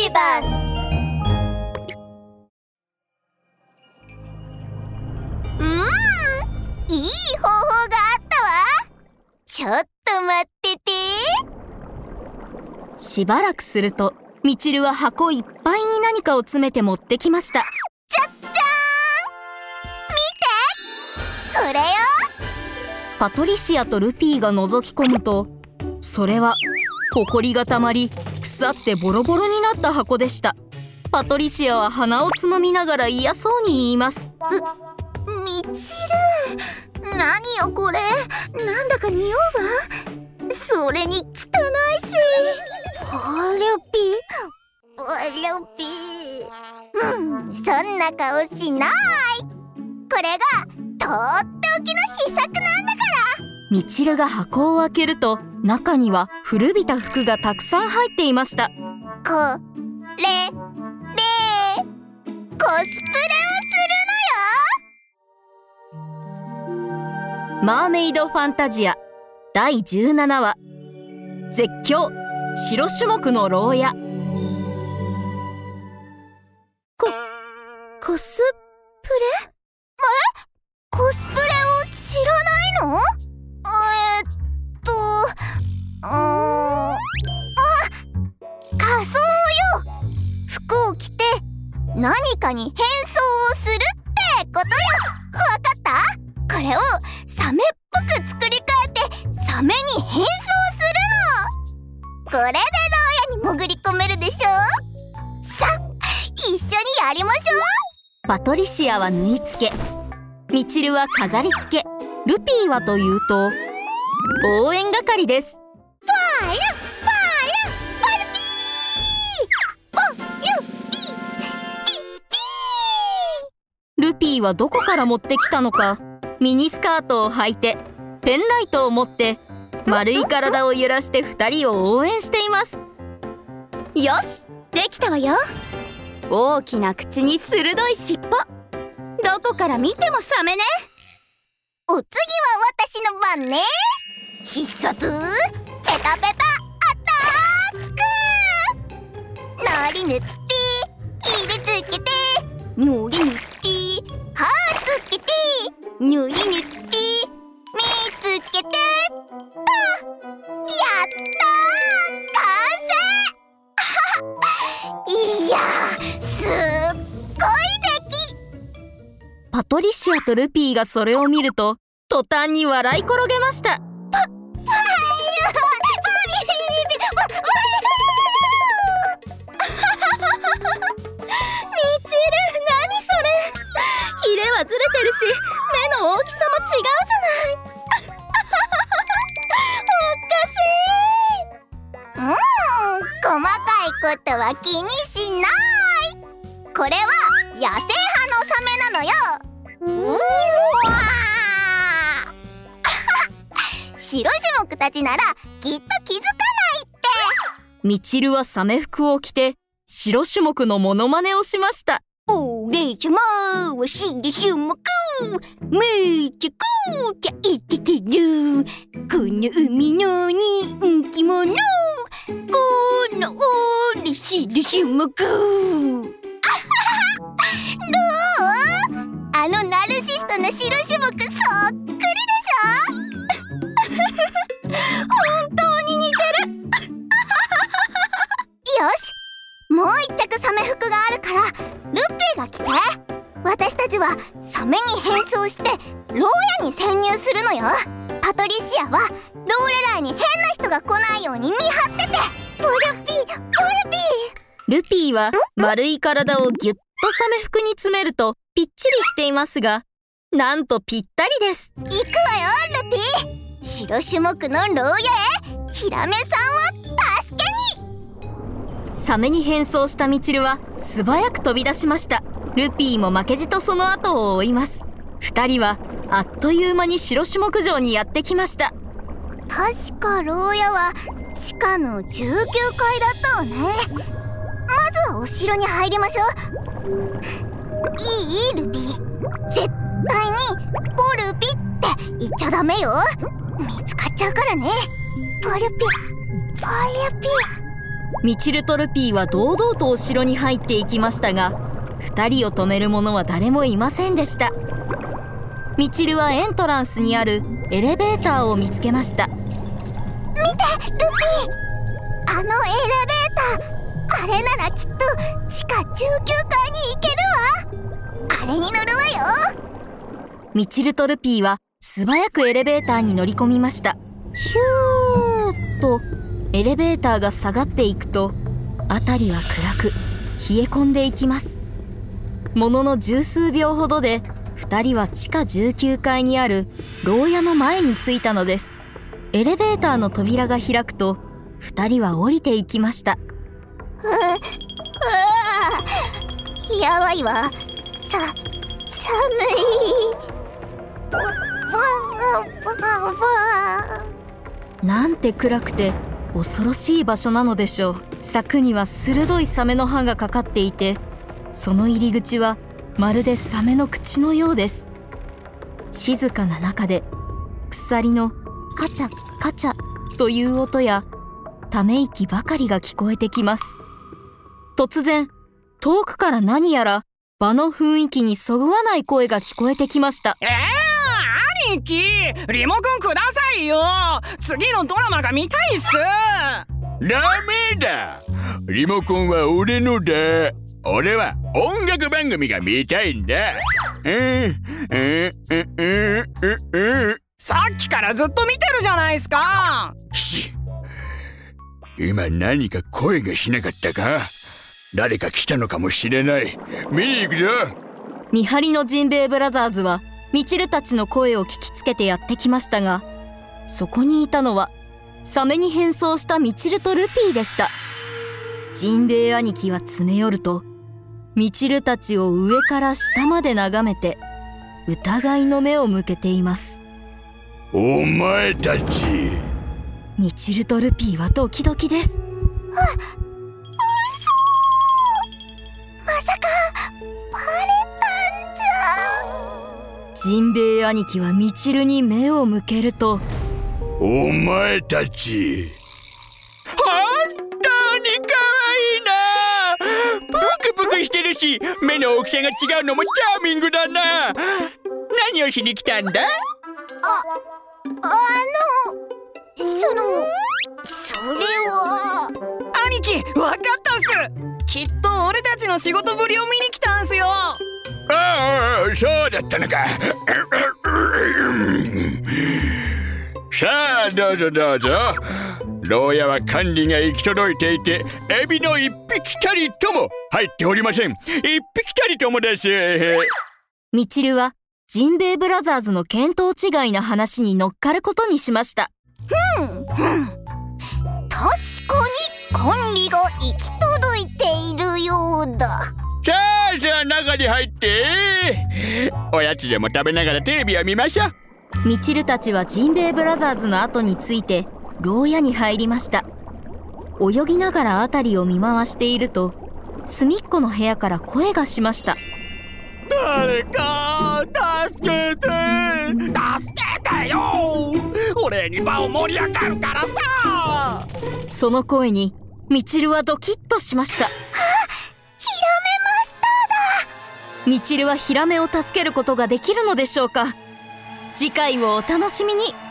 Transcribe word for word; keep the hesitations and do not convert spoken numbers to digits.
ビバス。うーん、いい方法があったわ。ちょっと待ってて。 しばらくするとみちるは箱いっぱいに何かを詰めて持ってきました。 じゃっじゃーん、見て、これよ。 パトリシアとルピーが覗き込むと、それはホコリがたまり腐ってボロボロになった箱でした。パトリシアは鼻をつまみながら嫌そうに言います。 う、みちる、何よこれ、なんだか匂うわ。それに汚いし。ルピー、ルピー、うん、そんな顔しない。これがとっておきの秘策なんだから。 みちるが箱を開けると、中には古びた服がたくさん入っていました。 これでコスプレをするのよ。 マーメイドファンタジアだいじゅうななわ、絶叫白種目の牢屋。 こコスプレ？え？コスプレを知らないの？えー、っとうーんあ、仮装よ。服を着て何かに変装をするってことよ。わかった？これをサメっぽく作り変えてサメに変装するの。これで牢屋に潜り込めるでしょ。さあ、一緒にやりましょう。 パトリシアは縫い付け、みちるは飾り付け、ルピーはというと応援係です。 パールパールパルピー、ポンルピーピッピー。 ルピーはどこから持ってきたのか、ミニスカートを履いてペンライトを持って丸い体を揺らしてふたりを応援しています。 よし、できたわよ。 大きな口に鋭い尻尾、 どこから見てもサメね。お次は私の番ね。必殺ペタペタアタック。のり塗って入れつけて、のり塗って歯つけて、のり塗って目つけてと、やったー、完成。いやー、すっごい出来。 パトリシアとルピーがそれを見ると途端に笑い転げました。ずれてるし、目の大きさも違うじゃない。 おかしい。うーん、細かいことは気にしない。これは野生派のサメなのよ。うわー白樹木たちならきっと気づかないって。 みちるはサメ服を着て白種目のモノマネをしました。 おれちゃまは白種目、めっちゃくちゃイケてる。この海の人気者、この俺白種目。どう？あのナルシストの白種目そっくりでしょ。本当に似てる。よし、もう一着サメ服があるからルピーが来て。私たちはサメに変装して牢屋に潜入するのよ。パトリシアはローレライに変な人が来ないように見張ってて。ポルピーポルピー。ルピーは丸い体をギュッとサメ服に詰めるとぴっちりしていますが、なんとぴったりです。 行くわよルピー。白種目の牢屋へヒラメさんを助けに。 サメに変装したみちるは素早く飛び出しました。ルピーも負けじとその後を追います。二人はあっという間に白種目場にやってきました。 確か牢屋は地下のじゅうきゅうかいだったわね。まずはお城に入りましょう。いいルピー、絶対にポルピって言っちゃダメよ。見つかっちゃうからね。ポルピポルピミチルとルピーは堂々とお城に入っていきましたが、ふたりを止める者は誰もいませんでした。ミチルはエントランスにあるエレベーターを見つけました。 見てルピー、あのエレベーター、あれならきっと地下じゅうきゅうかいに行けるわ。あれに乗るわよ。 ミチルとルピーは素早くエレベーターに乗り込みました。ヒューッとエレベーターが下がっていくと、辺りは暗く冷え込んでいきます。ものの十数秒ほどでふたりは地下じゅうきゅうかいにある牢屋の前に着いたのです。エレベーターの扉が開くと、ふたりは降りていきました。 ううわ、やばいわ。さ、寒い。わわわわ。 なんて暗くて恐ろしい場所なのでしょう。柵には鋭いサメの歯がかかっていて、その入り口はまるでサメの口のようです。静かな中で鎖のカチャカチャという音やため息ばかりが聞こえてきます。突然、遠くから何やら場の雰囲気にそぐわない声が聞こえてきました。 えー、兄貴、リモコンくださいよ。次のドラマが見たいっす。 ダメだ、リモコンは俺のだ。俺は音楽番組が見たいんだ。うんうんうんうんうん。 さっきからずっと見てるじゃないですか。 し、今何か声がしなかったか？誰か来たのかもしれない。見に行くぞ。 見張りのジンベエブラザーズはミチルたちの声を聞きつけてやってきましたが、そこにいたのはサメに変装したミチルとルピーでした。ジンベエ兄貴は詰め寄ると、ミチルたちを上から下まで眺めて疑いの目を向けています。 お前たち。 ミチルとルピーはドキドキです。 あ、嘘。まさかバレたんじゃ。 ジンベエ兄貴はミチルに目を向けると、 お前たち本当に可愛いな。ぷくぷくしてるし、目の大きさが違うのもチャーミングだな。何をしに来たんだ？ あ、あのそのそれは兄貴、わかったっす。きっと俺たちの仕事ぶりを見に来たんすよ。 ああ、そうだったのか。さあ、どうぞどうぞ。牢屋は管理が行き届いていて、エビの一匹たりとも入っておりません。一匹たりともです。 ミチルはジンベエブラザーズの見当違いな話に乗っかることにしました。 ふんふん、確かに管理が行き届いているようだ。 さあさあ、中に入って。おやつでも食べながらテレビを見ましょう。 ミチルたちはジンベエブラザーズの後について牢屋に入りました。泳ぎながら辺りを見回していると、隅っこの部屋から声がしました。 誰か助けて、助けてよ。俺に場を盛り上がるからさ。 その声にミチルはドキッとしました。 あ、ヒラメマスターだ。 ミチルはヒラメを助けることができるのでしょうか。次回をお楽しみに。